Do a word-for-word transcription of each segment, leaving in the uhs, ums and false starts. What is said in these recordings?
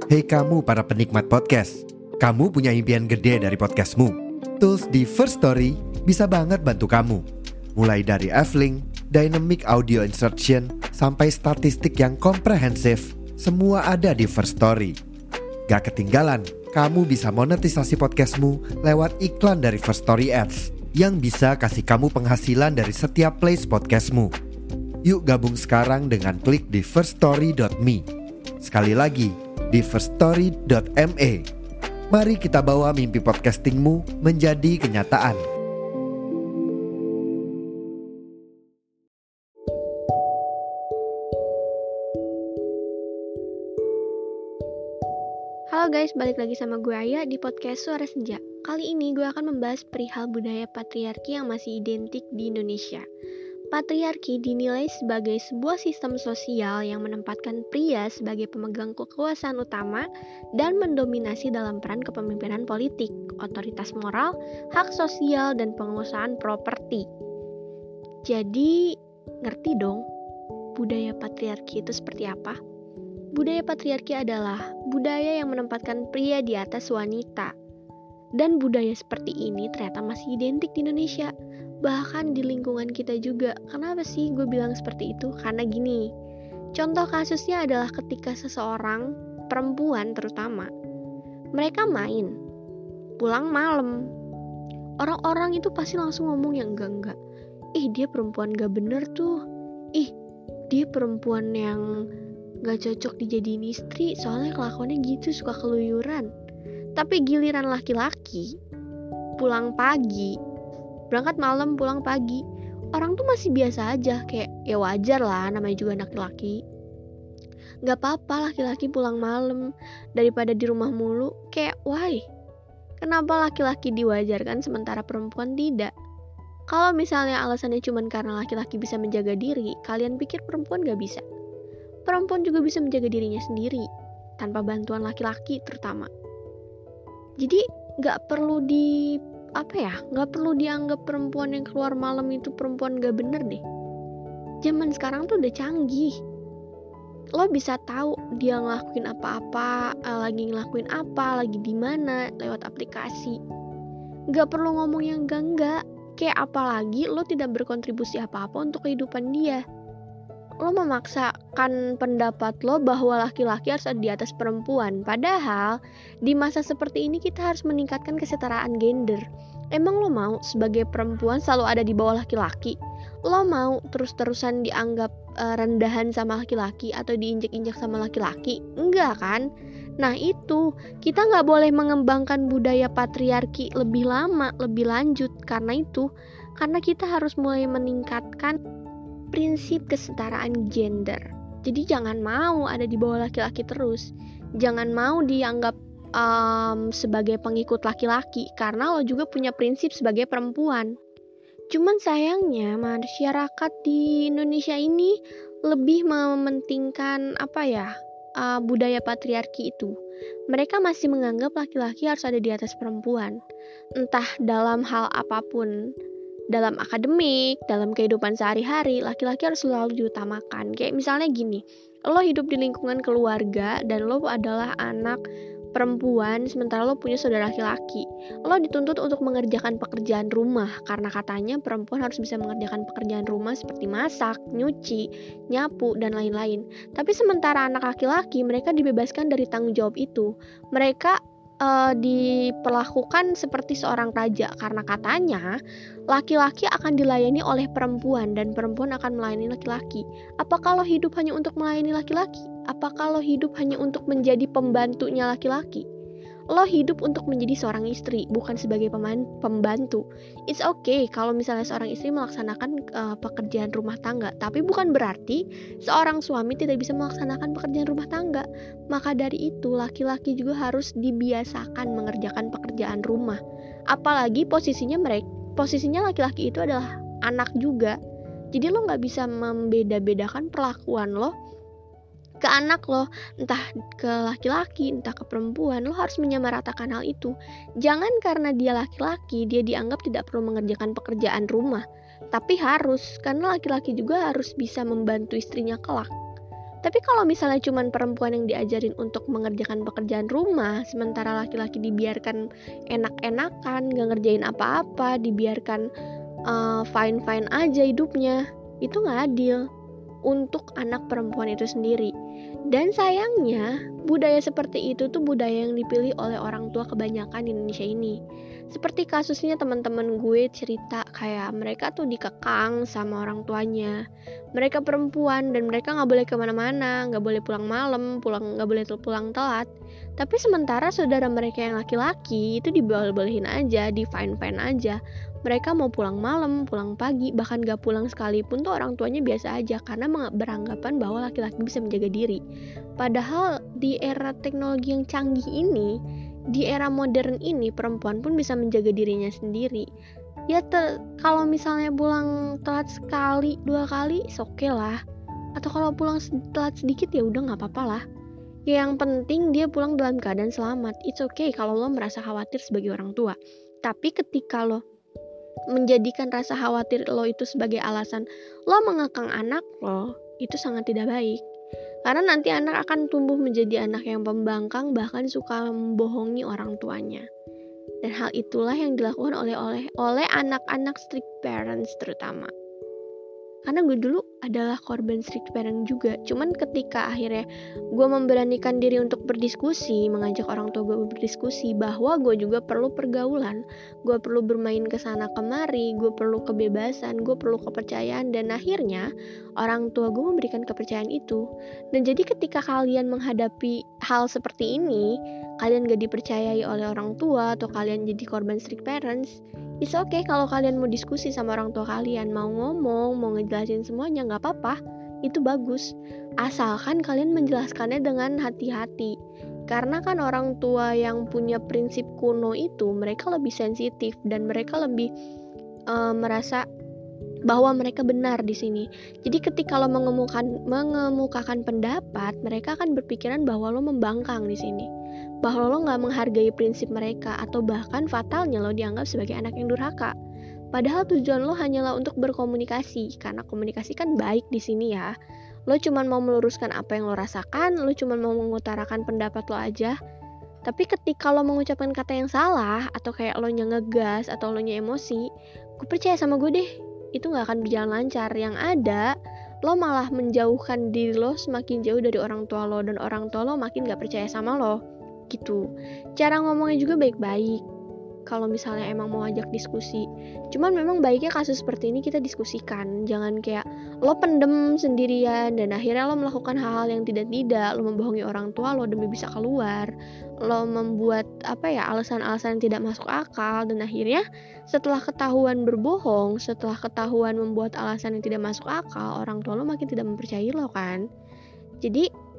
Hei kamu para penikmat podcast, kamu punya impian gede dari podcastmu. Tools di First Story bisa banget bantu kamu. Mulai dari F-Link, Dynamic Audio Insertion, sampai statistik yang komprehensif, semua ada di First Story. Gak ketinggalan, kamu bisa monetisasi podcastmu lewat iklan dari First Story Ads yang bisa kasih kamu penghasilan dari setiap plays podcastmu. Yuk gabung sekarang dengan klik di first story dot me. Sekali lagi, di first story dot me. Mari kita bawa mimpi podcastingmu menjadi kenyataan. Halo guys, balik lagi sama gue Aya di podcast Suara Senja. Kali ini gue akan membahas perihal budaya patriarki yang masih identik di Indonesia. Patriarki dinilai sebagai sebuah sistem sosial yang menempatkan pria sebagai pemegang kekuasaan utama dan mendominasi dalam peran kepemimpinan politik, otoritas moral, hak sosial, dan penguasaan properti. Jadi, ngerti dong budaya patriarki itu seperti apa? Budaya patriarki adalah budaya yang menempatkan pria di atas wanita. Dan budaya seperti ini ternyata masih identik di Indonesia. Bahkan di lingkungan kita juga. Kenapa sih gue bilang seperti itu? Karena gini, contoh kasusnya adalah ketika seseorang, perempuan terutama, mereka main, pulang malam. Orang-orang itu pasti langsung ngomong yang enggak-enggak. Ih, dia perempuan gak bener tuh. Ih, dia perempuan yang gak cocok dijadiin istri, soalnya kelakuannya gitu, suka keluyuran. Tapi giliran laki-laki pulang pagi, berangkat malam pulang pagi, orang tuh masih biasa aja, kayak ya wajar lah, namanya juga anak laki. Gak apa-apa laki-laki pulang malam daripada di rumah mulu. Kayak why? Kenapa laki-laki diwajarkan sementara perempuan tidak? Kalau misalnya alasannya cuma karena laki-laki bisa menjaga diri, kalian pikir perempuan gak bisa? Perempuan juga bisa menjaga dirinya sendiri tanpa bantuan laki-laki terutama. Jadi gak perlu di apa ya gak perlu dianggap perempuan yang keluar malam itu perempuan gak bener deh. Zaman sekarang tuh udah canggih. Lo bisa tahu dia ngelakuin apa-apa, lagi ngelakuin apa, lagi di mana lewat aplikasi. Gak perlu ngomong yang enggak-enggak. Kayak apalagi lo tidak berkontribusi apa-apa untuk kehidupan dia. Lo memaksakan pendapat lo bahwa laki-laki harus ada di atas perempuan. Padahal di masa seperti ini kita harus meningkatkan kesetaraan gender. Emang lo mau sebagai perempuan selalu ada di bawah laki-laki? Lo mau terus-terusan dianggap uh, rendahan sama laki-laki atau diinjak-injak sama laki-laki? Enggak kan? Nah itu, kita gak boleh mengembangkan budaya patriarki lebih lama, lebih lanjut. Karena itu, karena kita harus mulai meningkatkan prinsip kesetaraan gender. Jadi jangan mau ada di bawah laki-laki terus. Jangan mau dianggap um, sebagai pengikut laki-laki, karena lo juga punya prinsip sebagai perempuan. Cuman sayangnya masyarakat di Indonesia ini lebih mementingkan apa ya uh, budaya patriarki itu. Mereka masih menganggap laki-laki harus ada di atas perempuan. Entah dalam hal apapun. Dalam akademik, dalam kehidupan sehari-hari, laki-laki harus selalu diutamakan. Kayak misalnya gini, lo hidup di lingkungan keluarga dan lo adalah anak perempuan, sementara lo punya saudara laki-laki. Lo dituntut untuk mengerjakan pekerjaan rumah, karena katanya perempuan harus bisa mengerjakan pekerjaan rumah seperti masak, nyuci, nyapu, dan lain-lain. Tapi sementara anak laki-laki, mereka dibebaskan dari tanggung jawab itu. Mereka Uh, diperlakukan seperti seorang raja, karena katanya laki-laki akan dilayani oleh perempuan dan perempuan akan melayani laki-laki. Apakah lo hidup hanya untuk melayani laki-laki? Apakah lo hidup hanya untuk menjadi pembantunya laki-laki? Lo hidup untuk menjadi seorang istri, bukan sebagai pembantu. It's okay kalau misalnya seorang istri melaksanakan uh, pekerjaan rumah tangga, tapi bukan berarti seorang suami tidak bisa melaksanakan pekerjaan rumah tangga. Maka dari itu, laki-laki juga harus dibiasakan mengerjakan pekerjaan rumah. Apalagi posisinya mereka, posisinya laki-laki itu adalah anak juga. Jadi lo nggak bisa membeda-bedakan perlakuan lo ke anak lo, entah ke laki-laki, entah ke perempuan. Lo harus menyamaratakan hal itu. Jangan karena dia laki-laki, dia dianggap tidak perlu mengerjakan pekerjaan rumah. Tapi harus, karena laki-laki juga harus bisa membantu istrinya kelak. Tapi kalau misalnya cuman perempuan yang diajarin untuk mengerjakan pekerjaan rumah, sementara laki-laki dibiarkan enak-enakan, gak ngerjain apa-apa, dibiarkan uh, fine-fine aja hidupnya, itu gak adil untuk anak perempuan itu sendiri. Dan sayangnya budaya seperti itu tuh budaya yang dipilih oleh orang tua kebanyakan di Indonesia ini. Seperti kasusnya teman-teman gue cerita, kayak mereka tuh dikekang sama orang tuanya. Mereka perempuan dan mereka gak boleh kemana-mana, gak boleh pulang malam, pulang gak boleh pulang telat. Tapi sementara saudara mereka yang laki-laki itu diboleh-bolehin aja, di fine-fine aja. Mereka mau pulang malam, pulang pagi, bahkan gak pulang sekalipun tuh orang tuanya biasa aja, karena beranggapan bahwa laki-laki bisa menjaga diri. Padahal di era teknologi yang canggih ini, di era modern ini, perempuan pun bisa menjaga dirinya sendiri. Ya te- kalau misalnya pulang telat sekali, dua kali, oke okay lah. Atau kalau pulang telat sedikit ya udah nggak apa-apa lah. Ya, yang penting dia pulang dalam keadaan selamat. It's okay kalau lo merasa khawatir sebagai orang tua. Tapi ketika lo menjadikan rasa khawatir lo itu sebagai alasan lo mengekang anak lo, itu sangat tidak baik. Karena nanti anak akan tumbuh menjadi anak yang pembangkang, bahkan suka membohongi orang tuanya. Dan hal itulah yang dilakukan oleh oleh oleh anak-anak strict parents terutama. Karena gue dulu adalah korban strict parent juga. Cuman ketika akhirnya gue memberanikan diri untuk berdiskusi, mengajak orang tua gue berdiskusi bahwa gue juga perlu pergaulan, gue perlu bermain kesana kemari, gue perlu kebebasan, gue perlu kepercayaan, dan akhirnya orang tua gue memberikan kepercayaan itu. Dan jadi ketika kalian menghadapi hal seperti ini, kalian gak dipercayai oleh orang tua atau kalian jadi korban strict parents, it's okay kalau kalian mau diskusi sama orang tua kalian, mau ngomong, mau ngejelasin semuanya, gak apa-apa, itu bagus. Asalkan kalian menjelaskannya dengan hati-hati. Karena kan orang tua yang punya prinsip kuno itu, mereka lebih sensitif dan mereka lebih uh, merasa bahwa mereka benar di sini. Jadi ketika lo mengemukakan, mengemukakan pendapat, mereka akan berpikiran bahwa lo membangkang di sini, bahwa lo nggak menghargai prinsip mereka, atau bahkan fatalnya lo dianggap sebagai anak yang durhaka. Padahal tujuan lo hanyalah untuk berkomunikasi, karena komunikasi kan baik di sini ya. Lo cuma mau meluruskan apa yang lo rasakan, lo cuma mau mengutarakan pendapat lo aja. Tapi ketika lo mengucapkan kata yang salah, atau kayak lo ngegas, atau lo emosi, gue percaya sama gue deh, itu gak akan berjalan lancar. Yang ada, lo malah menjauhkan diri lo semakin jauh dari orang tua lo, dan orang tua lo makin gak percaya sama lo gitu. Cara ngomongnya juga baik-baik kalau misalnya emang mau ajak diskusi. Cuman memang baiknya kasus seperti ini kita diskusikan, jangan kayak lo pendem sendirian dan akhirnya lo melakukan hal-hal yang tidak-tidak, lo membohongi orang tua lo demi bisa keluar, lo membuat apa ya alasan-alasan yang tidak masuk akal, dan akhirnya setelah ketahuan berbohong, setelah ketahuan membuat alasan yang tidak masuk akal, orang tua lo makin tidak mempercayai lo kan. Jadi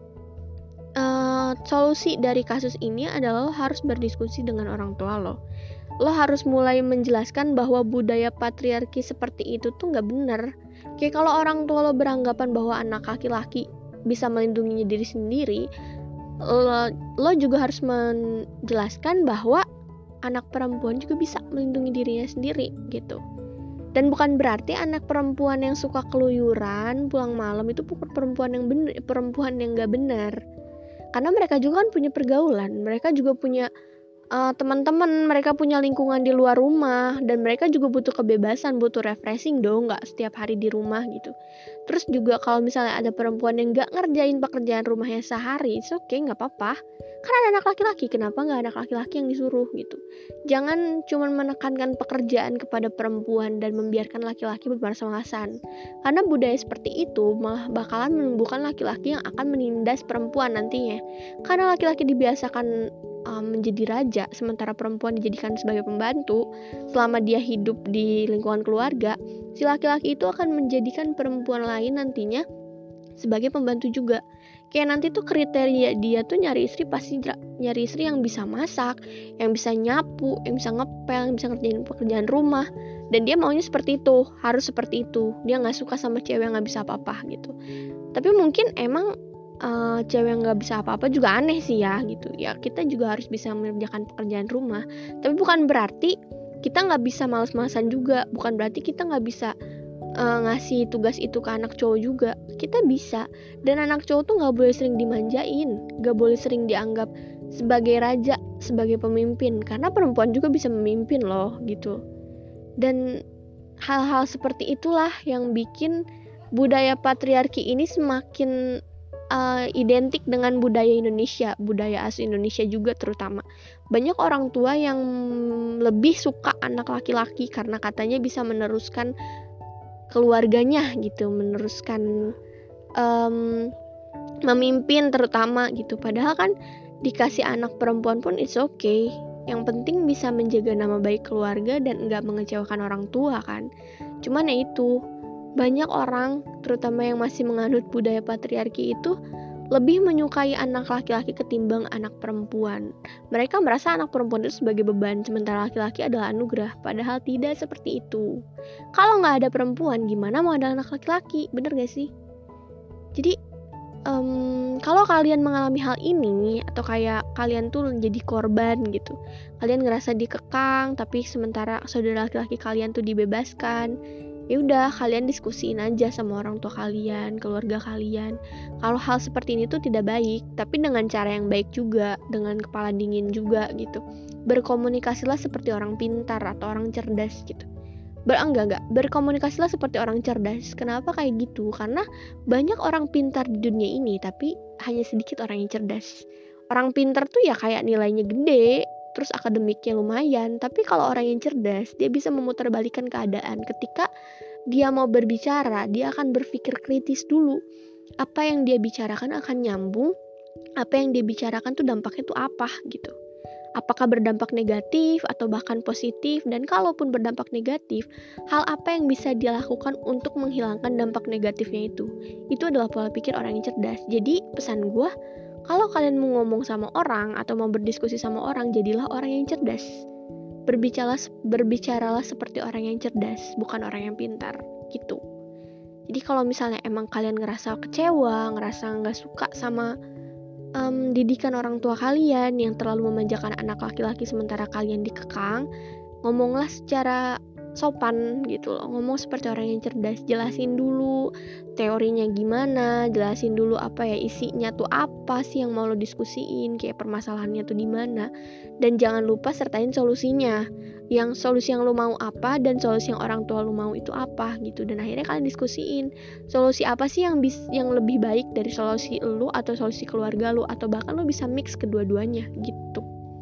Uh, solusi dari kasus ini adalah lo harus berdiskusi dengan orang tua lo. Lo harus mulai menjelaskan bahwa budaya patriarki seperti itu tuh gak bener. Kayak kalau orang tua lo beranggapan bahwa anak laki-laki bisa melindungi diri sendiri, lo, lo juga harus menjelaskan bahwa anak perempuan juga bisa melindungi dirinya sendiri gitu. Dan bukan berarti anak perempuan yang suka keluyuran pulang malam itu bukan perempuan yang bener, perempuan yang gak benar. Karena mereka juga kan punya pergaulan, mereka juga punya uh, teman-teman, mereka punya lingkungan di luar rumah, dan mereka juga butuh kebebasan, butuh refreshing dong, gak setiap hari di rumah gitu. Terus juga kalau misalnya ada perempuan yang gak ngerjain pekerjaan rumahnya sehari, it's okay, gak apa-apa. Karena ada anak laki-laki, kenapa gak anak laki-laki yang disuruh gitu. Jangan cuma menekankan pekerjaan kepada perempuan dan membiarkan laki-laki bermalas-malasan. Karena budaya seperti itu malah bakalan menumbuhkan laki-laki yang akan menindas perempuan nantinya. Karena laki-laki dibiasakan um, menjadi raja, sementara perempuan dijadikan sebagai pembantu selama dia hidup di lingkungan keluarga, si laki-laki itu akan menjadikan perempuan lain nantinya sebagai pembantu juga. Kayak nanti tuh kriteria dia tuh nyari istri pasti nyari istri yang bisa masak, yang bisa nyapu, yang bisa ngepel, yang bisa ngerjain pekerjaan rumah. Dan dia maunya seperti itu, harus seperti itu. Dia gak suka sama cewek yang gak bisa apa-apa gitu. Tapi mungkin emang uh, cewek yang gak bisa apa-apa juga aneh sih ya gitu. Ya kita juga harus bisa mengerjakan pekerjaan rumah. Tapi bukan berarti kita gak bisa malas-malasan juga. Bukan berarti kita gak bisa uh, ngasih tugas itu ke anak cowok juga. Kita bisa. Dan anak cowok tuh gak boleh sering dimanjain, gak boleh sering dianggap sebagai raja, sebagai pemimpin, karena perempuan juga bisa memimpin loh gitu. Dan hal-hal seperti itulah yang bikin budaya patriarki ini semakin uh, identik dengan budaya Indonesia, budaya asli Indonesia juga terutama. Banyak orang tua yang lebih suka anak laki-laki karena katanya bisa meneruskan keluarganya gitu, meneruskan um, memimpin terutama gitu. Padahal kan dikasih anak perempuan pun it's okay. Yang penting bisa menjaga nama baik keluarga dan nggak mengecewakan orang tua kan. Cuman ya itu, banyak orang terutama yang masih menganut budaya patriarki itu lebih menyukai anak laki-laki ketimbang anak perempuan. Mereka merasa anak perempuan itu sebagai beban, sementara laki-laki adalah anugerah. Padahal tidak seperti itu. Kalau nggak ada perempuan, gimana mau ada anak laki-laki? Bener gak sih? Jadi, um, kalau kalian mengalami hal ini, atau kayak kalian tuh jadi korban gitu, kalian ngerasa dikekang, tapi sementara saudara laki-laki kalian tuh dibebaskan, ya udah kalian diskusiin aja sama orang tua kalian, keluarga kalian. Kalau hal seperti ini tuh tidak baik, tapi dengan cara yang baik juga, dengan kepala dingin juga gitu. Berkomunikasilah seperti orang pintar atau orang cerdas gitu. Ber enggak enggak, berkomunikasilah seperti orang cerdas. Kenapa kayak gitu? Karena banyak orang pintar di dunia ini, tapi hanya sedikit orang yang cerdas. Orang pintar tuh ya kayak nilainya gede, terus akademiknya lumayan, tapi kalau orang yang cerdas, dia bisa memutarbalikkan keadaan. Ketika dia mau berbicara, dia akan berpikir kritis dulu. Apa yang dia bicarakan akan nyambung, apa yang dia bicarakan tuh dampaknya tuh apa gitu. Apakah berdampak negatif atau bahkan positif, dan kalaupun berdampak negatif, hal apa yang bisa dia lakukan untuk menghilangkan dampak negatifnya itu. Itu adalah pola pikir orang yang cerdas. Jadi pesan gue, kalau kalian mau ngomong sama orang atau mau berdiskusi sama orang, jadilah orang yang cerdas. Berbicaralah, berbicaralah seperti orang yang cerdas, bukan orang yang pintar, gitu. Jadi kalau misalnya emang kalian ngerasa kecewa, ngerasa nggak suka sama um, didikan orang tua kalian yang terlalu memanjakan anak laki-laki sementara kalian dikekang, ngomonglah secara sopan gitu loh, ngomong seperti orang yang cerdas, jelasin dulu teorinya gimana, jelasin dulu apa ya isinya tuh apa sih yang mau lo diskusiin, kayak permasalahannya tuh di mana, dan jangan lupa sertain solusinya, yang solusi yang lo mau apa dan solusi yang orang tua lo mau itu apa gitu, dan akhirnya kalian diskusiin solusi apa sih yang bis yang lebih baik dari solusi lo atau solusi keluarga lo, atau bahkan lo bisa mix kedua-duanya gitu.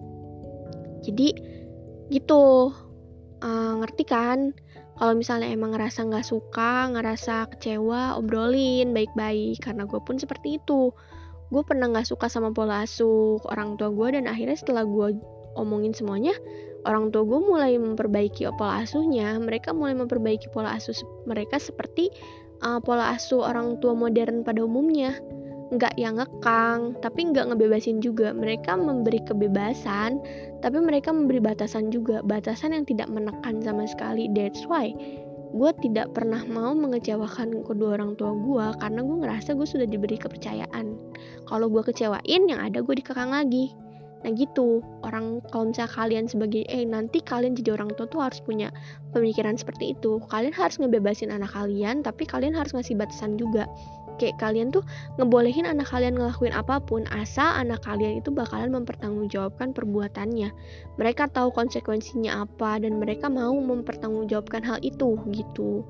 Jadi gitu. Uh, ngerti kan? Kalau misalnya emang ngerasa nggak suka, ngerasa kecewa, obrolin baik-baik. Karena gue pun seperti itu. Gue pernah nggak suka sama pola asuh orang tua gue, dan akhirnya setelah gue omongin semuanya, orang tua gue mulai memperbaiki pola asuhnya. Mereka mulai memperbaiki pola asuh mereka seperti uh, pola asuh orang tua modern pada umumnya. Nggak yang ngekang, tapi nggak ngebebasin juga. Mereka memberi kebebasan, tapi mereka memberi batasan juga, batasan yang tidak menekan sama sekali. That's why gue tidak pernah mau mengecewakan kedua orang tua gue, karena gue ngerasa gue sudah diberi kepercayaan. Kalau gue kecewain, yang ada gue dikekang lagi. Nah gitu, orang kalau misalnya kalian sebagai, eh nanti kalian jadi orang tua tuh harus punya pemikiran seperti itu. Kalian harus ngebebasin anak kalian, tapi kalian harus ngasih batasan juga. Kayak kalian tuh ngebolehin anak kalian ngelakuin apapun, asal anak kalian itu bakalan mempertanggungjawabkan perbuatannya. Mereka tahu konsekuensinya apa, dan mereka mau mempertanggungjawabkan hal itu gitu.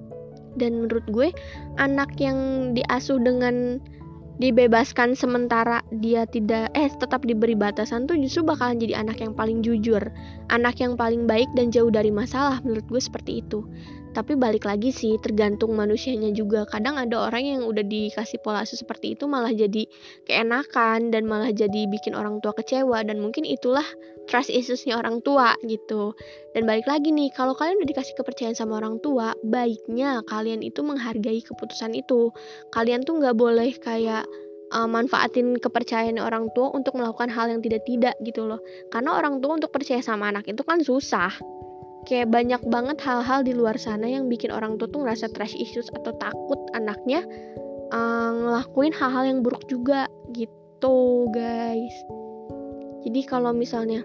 Dan menurut gue, anak yang diasuh dengan dibebaskan sementara dia tidak eh tetap diberi batasan tuh justru bakalan jadi anak yang paling jujur, anak yang paling baik dan jauh dari masalah. Menurut gue seperti itu. Tapi balik lagi sih, tergantung manusianya juga. Kadang ada orang yang udah dikasih pola asuh seperti itu malah jadi keenakan dan malah jadi bikin orang tua kecewa, dan mungkin itulah trust issues-nya orang tua gitu. Dan balik lagi nih, kalau kalian udah dikasih kepercayaan sama orang tua, baiknya kalian itu menghargai keputusan itu. Kalian tuh nggak boleh kayak uh, manfaatin kepercayaan orang tua untuk melakukan hal yang tidak-tidak gitu loh. Karena orang tua untuk percaya sama anak itu kan susah. Kayak banyak banget hal-hal di luar sana yang bikin orang tua tuh ngerasa trust issues atau takut anaknya uh, ngelakuin hal-hal yang buruk juga gitu guys. Jadi kalau misalnya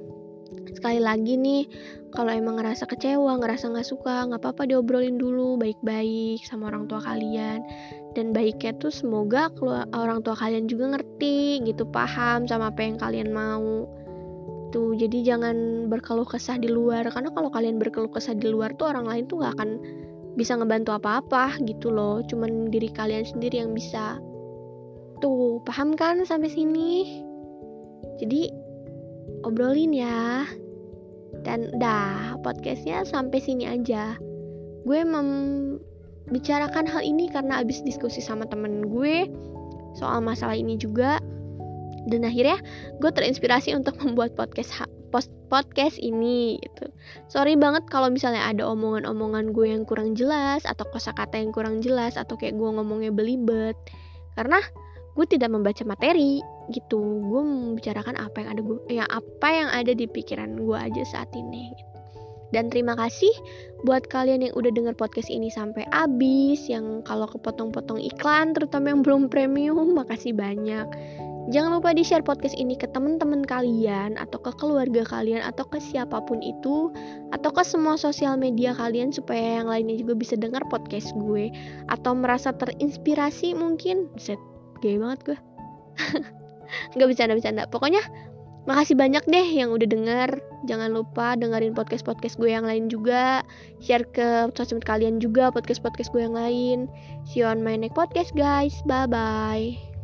Sekali lagi nih, kalau emang ngerasa kecewa, ngerasa gak suka, gak apa-apa diobrolin dulu baik-baik sama orang tua kalian. Dan baiknya tuh semoga orang tua kalian juga ngerti gitu, paham sama apa yang kalian mau. Tuh, jadi jangan berkeluh kesah di luar, karena kalau kalian berkeluh kesah di luar tuh orang lain tuh gak akan bisa ngebantu apa-apa gitu loh. Cuman diri kalian sendiri yang bisa. Tuh, paham kan sampai sini? Jadi obrolin ya. Dan dah, podcastnya sampai sini aja. Gue membicarakan hal ini karena abis diskusi sama temen gue soal masalah ini juga. Dan akhirnya gue terinspirasi untuk membuat podcast ha- post podcast ini gitu. Sorry banget kalau misalnya ada omongan-omongan gue yang kurang jelas, atau kosakata yang kurang jelas, atau kayak gue ngomongnya belibet, karena gue tidak membaca materi gitu. Gue membicarakan apa yang ada gue, ya apa yang ada di pikiran gue aja saat ini gitu. Dan terima kasih buat kalian yang udah denger podcast ini sampai habis, yang kalau kepotong-potong iklan, terutama yang belum premium, makasih banyak. Jangan lupa di-share podcast ini ke teman-teman kalian, atau ke keluarga kalian, atau ke siapapun itu, atau ke semua sosial media kalian, supaya yang lainnya juga bisa dengar podcast gue, atau merasa terinspirasi mungkin. Set, gay banget gue. Gak bercanda-bercanda. Pokoknya makasih banyak deh yang udah denger. Jangan lupa dengerin podcast-podcast gue yang lain juga. Share ke sosmed kalian juga podcast-podcast gue yang lain. See you on my next podcast guys. Bye-bye.